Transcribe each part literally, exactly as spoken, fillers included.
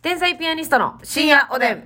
天才ピアニストの深夜おでん。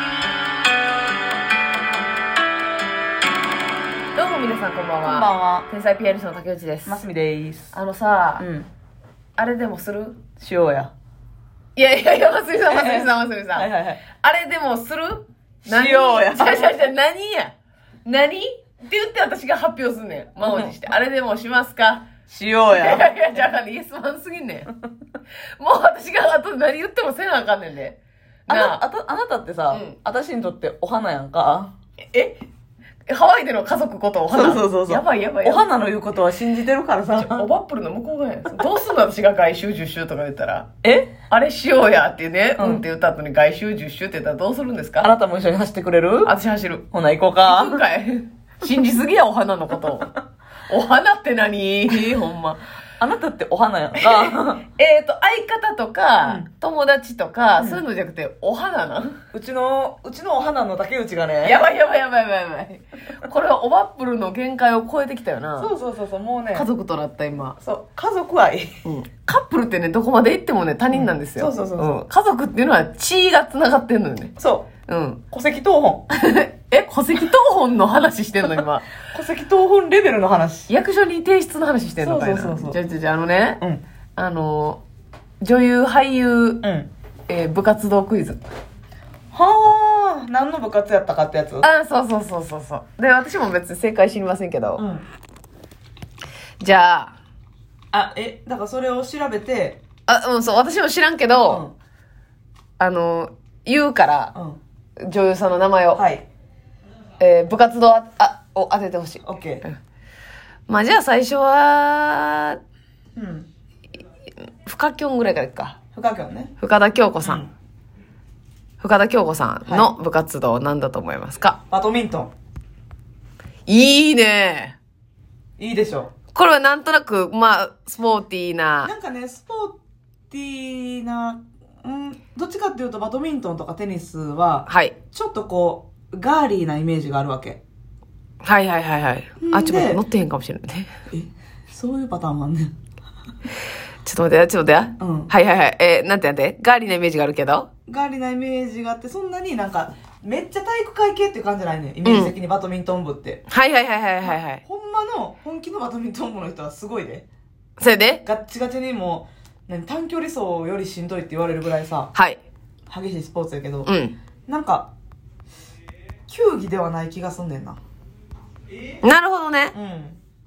どうも皆さんこんばんは。 こんばんは。 天才ピアニストの竹内です。 ますみです。 あのさ、 うん。 あれでもする？ しようや。 いやいやいや、ますみさん、ますみさん、ますみさん。 はいはいはい。 あれでもする？ しようや。 じゃじゃじゃ、何や何って言って私が発表すんねん。満を持して。あれでもしますか？ しようや。 いやいや、じゃあかんね、イエスマンすぎんねん。もう私があと何言ってもせなあかんねんで。 あなな、あた、あなたってさ、 うん、 私にとってお花やんか。 えハワイでの家族ことお花？ そうそうそうそう。 やばいやばいやばい。 お花の言うことは信じてるからさ。 おバップルの向こう側やん。どうすんの私が外周じゅっ周とか言ったら。 えあれしようやってね、 うん、 うんって言った後に外周じゅっ周って言ったらどうするんですか？ あなたも一緒に走ってくれる？ 私走る。 ほな行こうか。 行くんかい。信じすぎや、お花のことを。お花って何？ほんま。 あなたってお花やんか。 えっと、相方とか、 うん、 友達とか、 うん、 そういうのじゃなくて、お花な。 うちの、うちのお花の竹内がね。 やばいやばいやばいやばいやばい。これはおバップルの限界を超えてきたよな。 そうそうそうそう、もうね。 家族となった今。 そう、家族愛。 うん。カップルってね、どこまで行ってもね、他人なんですよ。 うん、そうそうそうそう、 うん。家族っていうのは血が繋がってんのよね。 そう。 うん。 戸籍謄本。 え、戸籍謄本の話してんの今。 戸籍謄本レベルの話。 役所に提出の話してんのかいな。 そうそうそうそう。 じゃじゃじゃあのね、 うん。 あの、女優、俳優、 うん。 えー、部活動クイズ。 はあ、何の部活やったかってやつ？ あ、そうそうそうそうそう。で、私も別に正解知りませんけど。 うん。 じゃあ。 あ、え、だからそれを調べて。 あ、うん、そう、私も知らんけど、うん、あの、言うから、うん、女優さんの名前を。 はい。 えー、部活動ああを当ててほしい。 オッケー。 まあ、じゃあ最初は、 うん。 深きょんぐらいからいくか。 深きょんね。 深田恭子さん。うん、深田恭子さんの部活動なんだと思いますか？ バドミントン。 いいね。 いいでしょ。 これはなんとなく、まあ、スポーティーな。 なんかね、スポーティーな、うん、どっちかっていうとバドミントンとかテニスは、 はい。 ちょっとこう、ガーリーなイメージがあるわけ。 はいはいはいはい。あ、ちょっと待って、乗ってへんかもしれないね。 え、そういうパターンもあんねん。 ちょっと待って、ちょっと待って。うん。はいはいはい。えー、なんてなんてガーリーなイメージがあるけどガーリーなイメージがあって、そんなになんか、めっちゃ体育会系っていう感じじゃないねん。イメージ的にバドミントン部って。 うん、はいはいはいはいはいはい。 ほんまの、本気のバドミントン部の人はすごいで。 それでガッチガチにもう、何、短距離走よりしんどいって言われるぐらいさ。 はい。 激しいスポーツやけど。 うん。 なんか、球技ではない気がすんねんな。 なるほどね。 うん。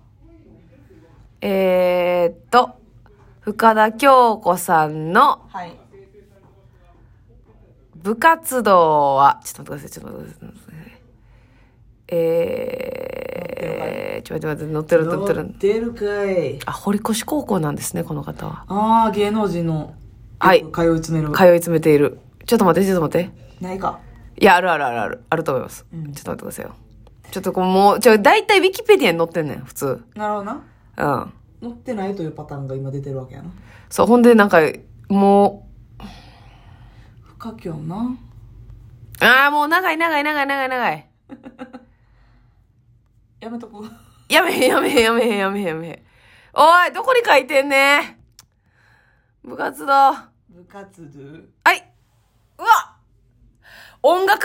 えーっと、深田恭子さんの、 はい。 部活動は、ちょっと待ってください、ちょっと待ってください。えー、ちょっと待って、乗ってる乗ってる。乗ってるかい。 あ、堀越高校なんですね、この方は。 ああ、芸能人の、 はい。 通い詰める。 通い詰めている。ちょっと待って、ちょっと待って。 ないか。 いや、あるあるあるある。あると思います。 うん、 ちょっと待ってくださいよ。ちょっとこう、もう、ちょ、だいたいウィキペディアに載ってんねん、普通。 なるほどな。 うん。 載ってないというパターンが今出てるわけやな。 そう、ほんで、なんか、もう。 深きょんな。 ああ、もう長い長い長い長い長い。 やめとく。 やめへんやめへんやめへんやめへんやめへん。おい、どこに書いてんね部活動。 部活動。 はい。うわ音楽部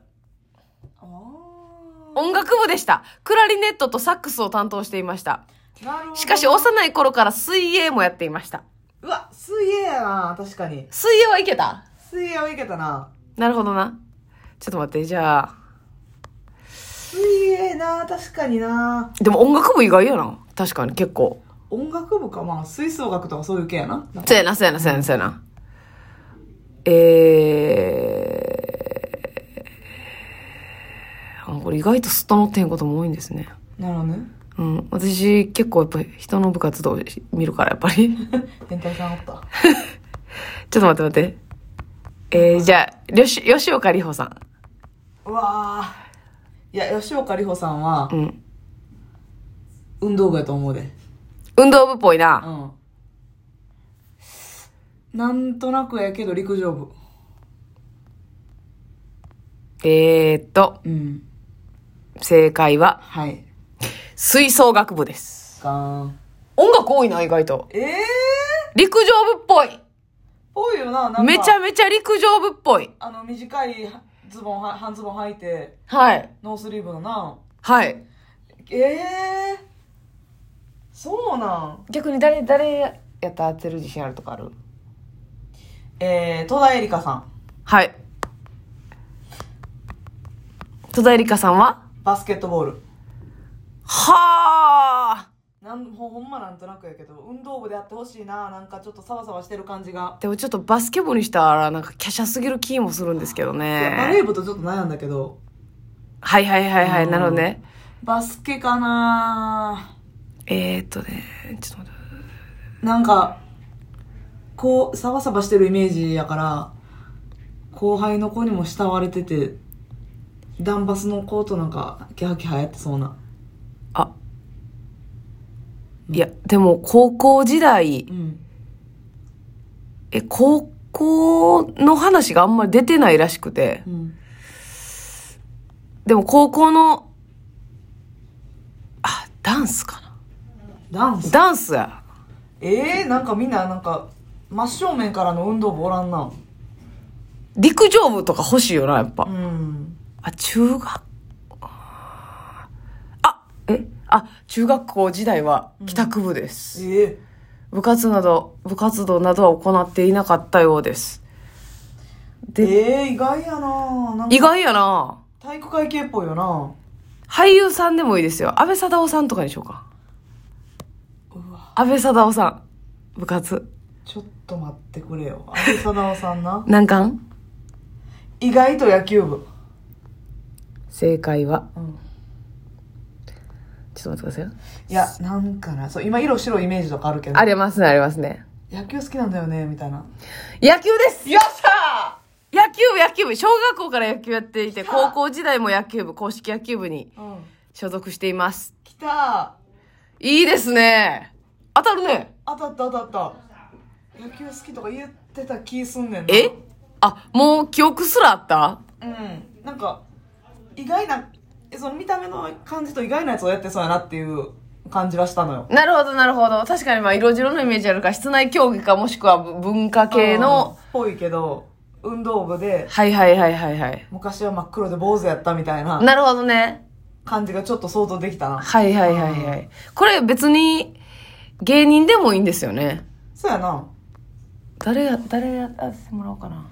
音楽部でした。クラリネットとサックスを担当していました。 なるほど。 しかし幼い頃から水泳もやっていました。 うわ、水泳やな、確かに。 水泳はいけた？ 水泳はいけたな。 なるほどな。ちょっと待って、じゃあ。 水泳な、確かにな。 でも音楽部意外やな。確かに結構。 音楽部か、まあ、吹奏楽とかそういう系やな。 そうやな、そうやな、そうやな、そうやな。えー、これ意外とすっと乗ってへんことも多いんですね。 なるほどね。 うん。私結構やっぱり人の部活動見るからやっぱり。 変態さんおった。 ちょっと待って待って。えー、じゃあ、よし、吉岡里帆さん。 うわー。いや、吉岡里帆さんは、 うん。 運動部やと思うで。 運動部っぽいな。 うん。なんとなくやけど陸上部。 えーっと、 うん。 正解は、 はい。 吹奏楽部です。 ガーン。 音楽多いな、意外と。 えー、 陸上部っぽい。 ぽいよな、なんか。 めちゃめちゃ陸上部っぽい。 あの、短いズボン、半ズボン履いて。 はい。 ノースリーブのな。 はい。 ええー。そうなん。 逆に誰、誰やったら当てる自信あるとかある？ えー、戸田恵梨香さん。 はい。戸田恵梨香さんはバスケットボール。 はー。なんほほんまなんとなくやけど、運動部でやってほしいな。なんかちょっとサバサバしてる感じが。 でもちょっとバスケ部にしたらなんか華奢すぎる気もするんですけどね。 いや、バレー部とちょっと悩んだけど。 はいはいはいはい、なるほどね。 バスケかな。 えーっとね、ちょっと待って。 なんか、こう、サバサバしてるイメージやから、後輩の子にも慕われてて、ダンバスの子となんか、キャーキャーやってそうな。 あ。いや、でも高校時代、 うん、 え、高校の話があんまり出てないらしくて、 うん、 でも高校の、あ、ダンスかな。 ダンスダンスや。 えー、なんかみんななんか、真正面からの運動部おらんな。 陸上部とか欲しいよな、やっぱ。 うん。 あ、中学、あ、え、あ、中学校時代は帰宅部です。 うん、えー、 部活など、部活動などは行っていなかったようです。 で、えー、意外やな。なんか意外やな。 体育会系っぽいよな。 俳優さんでもいいですよ。安倍貞夫さんとかにしようか。 うわ、 安倍貞夫さん。部活。 ちょっと待ってくれよ。安倍貞夫さんな。 何巻？ 意外と野球部。 正解は、 うん、 ちょっと待ってくださいよ。 いや、なんかな。そう、今色白いイメージとかあるけど。 ありますね、ありますね。 野球好きなんだよね、みたいな。 野球です。 よっしゃー野球部、野球部。小学校から野球やっていて、高校時代も野球部、公式野球部に所属しています。 来たー。いいですね。当たるね。 当たった当たった。野球好きとか言ってた気すんねんな。 え？あ、もう記憶すらあった？ うん。なんか、意外な、その見た目の感じと意外なやつをやってそうやなっていう感じはしたのよ。 なるほど、なるほど。確かにまあ色白のイメージあるから、室内競技かもしくは文化系の。 ぽいけど、運動部で、 はいはいはいはいはい。 昔は真っ黒で坊主やったみたいな。 なるほどね。 感じがちょっと想像できたな。 はいはいはいはい。これ別に芸人でもいいんですよね。 そうやな。 誰や、誰やってもらおうかな。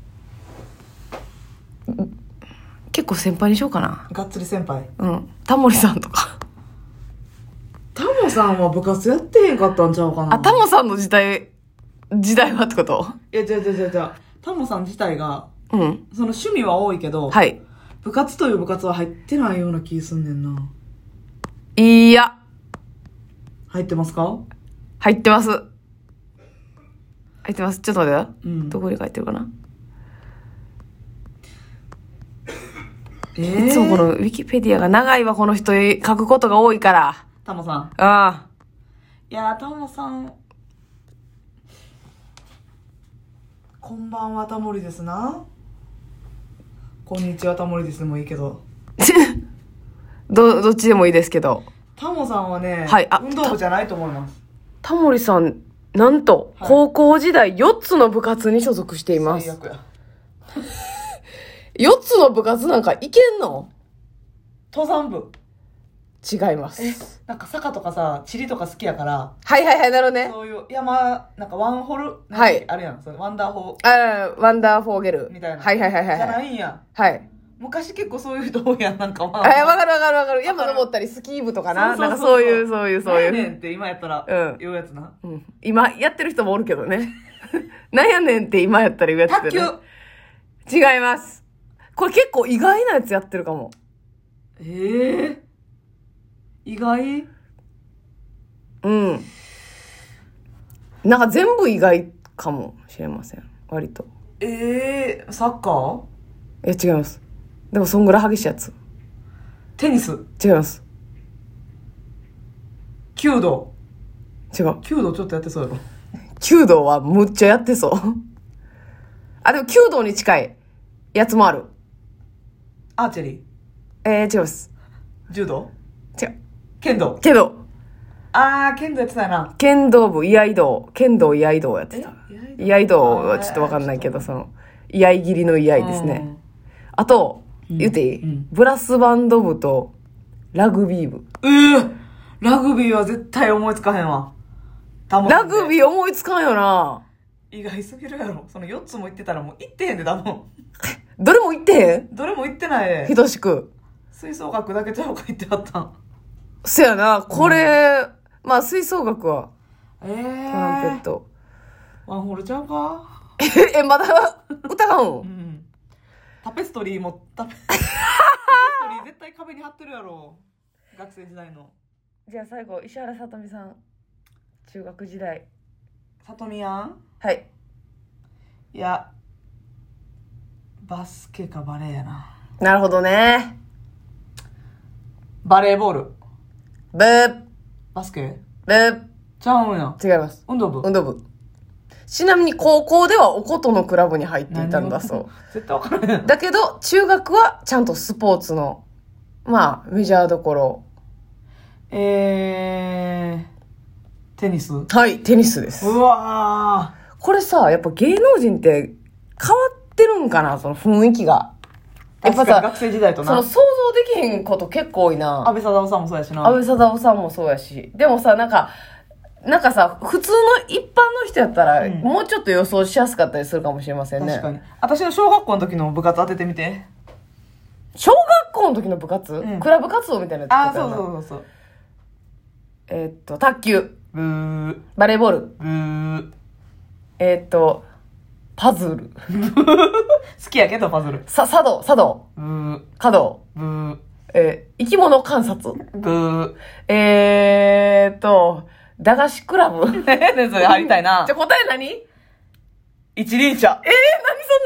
結構先輩にしようかな。 がっつり先輩。 うん。タモリさんとか。 タモさんは部活やってへんかったんちゃうかな。 あ、タモさんの時代、時代はってこと？ いや、じゃじゃじゃじゃタモさん自体が、 うん。 その趣味は多いけど、 はい。 部活という部活は入ってないような気すんねんな。 いや。 入ってますか？ 入ってます。入ってます。ちょっと待ってよ。 うん。 どこに書いてるかな。 えー、 いつもこのウィキペディアが長いわ、この人書くことが多いから。 タモさん。 ああ。 いやー、タモさん。こんばんは、タモリですな。こんにちは、タモリですでもいいけど。 ど、どっちでもいいですけど。 タモさんはね、 はい、あ、 運動部じゃないと思います。 タモリさん、なんと、はい、高校時代よっつの部活に所属しています。 最悪や。 よっつの部活なんかいけんの？ 登山部。 違います。 え、なんか坂とかさ、地理とか好きやから。 はいはいはい、なるほどね。 そういう山、なんかワンホル、 はい。 あるやん、そのワンダーフォー。あワンダーフォーゲル。 みたいな。 はいはいはいはい。 じゃないんや。 はい。 昔結構そういう人多いやん、なんかワン。え、わかるわかるわかる。山登ったりスキー部とかな。なんかそういう、そういう、そういう。 何やねんって今やったら、 うん。 言うやつな。 うん。今やってる人もおるけどね。なんやねんって今やったら言うやつってね。 卓球。違います。これ結構意外なやつやってるかも。 ええー、意外？ うん。なんか全部意外かもしれません。割と。 ええー、サッカー？ え、違います。でもそんぐらい激しいやつ。 テニス？ 違います。 弓道？ 違う。 弓道ちょっとやってそうやろ。 弓道はむっちゃやってそう。あ、でも弓道に近いやつもある。 アーチェリー？ えー、違います。 柔道？ 違う。 剣道？ けど、 あー、剣道やってたよな。 剣道部、居合道、剣道居合道やってた。 え居合道はちょっとわかんないけど、その、居合切りの居合ですね。 うんあと、言っていい、 うんブラスバンド部と、ラグビー部。 えー、ラグビーは絶対思いつかへんわ。 ラグビーー思いつかんよな。 意外すぎるやろ。そのよっつも言ってたらもう行ってへんで、多分。 どれも言ってへんどれも行ってないで。 等しく。 吹奏楽だけちゃうか言ってあったん。 そやな、これ、まあ吹奏楽は、 えー。 トランペット。 ワンホールちゃうかえ、まだ歌ううんん。タペストリーも、タペタペストリー絶対壁に貼ってるやろ。学生時代の。 じゃあ最後、石原さとみさん。中学時代。 さとみやんはい。 いや、バスケかバレーやな。 なるほどね。 バレーボール。 ブー、 バスケブー。 ちゃうんや。 違います。 運動部運動部。ちなみに高校ではおことのクラブに入っていたんだそう。 絶対分からへん。 だけど、中学はちゃんとスポーツの、まあ、メジャーどころ。 えー、テニスうはい、テニスです。 わこれさ、やっぱ芸能人って変わってるんかな、その雰囲気が。 ー。 やっぱさ、 確かに学生時代とな。 その想像できへんこと結構多いな。 安倍貞夫さんもそうやしな。 安倍貞夫さんもそうやし。でもさ、なんか、なんかさ、普通の一般の人やったら、 うんもうちょっと予想しやすかったりするかもしれませんね。 確かに。私の小学校の時の部活当ててみて。 小学校の時の部活、 んクラブ活動みたいなやつあー、そうだったよなそうそうそう。 えーっと、卓球、 ブー、 バレーボール、 ブー。 えーっと、パズル、 好きやけど、パズル。 さ、茶道、茶道、 ブー、 華道、 ブー、 えー生き物観察、 ブー。 えーっと、駄菓子クラブ。 ねそれ入りたいなじゃ、。答え何？ 一輪車。 えー、何そんな